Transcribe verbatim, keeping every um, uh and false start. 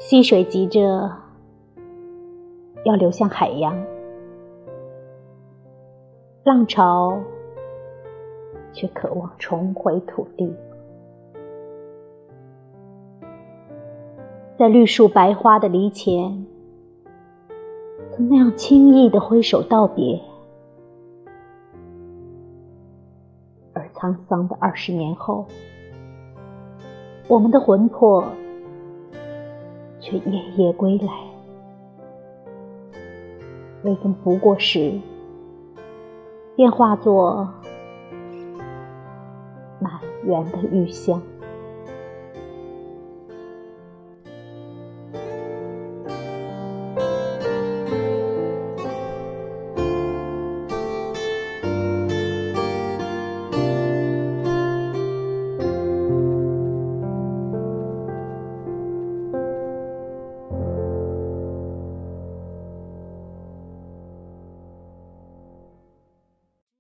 溪水急着要流向海洋，浪潮却渴望重回土地。在绿树白花的篱前，曾那样轻易地挥手道别，而沧桑的二十年后，我们的魂魄却夜夜归来。微风拂过时，便化作满园的玉香。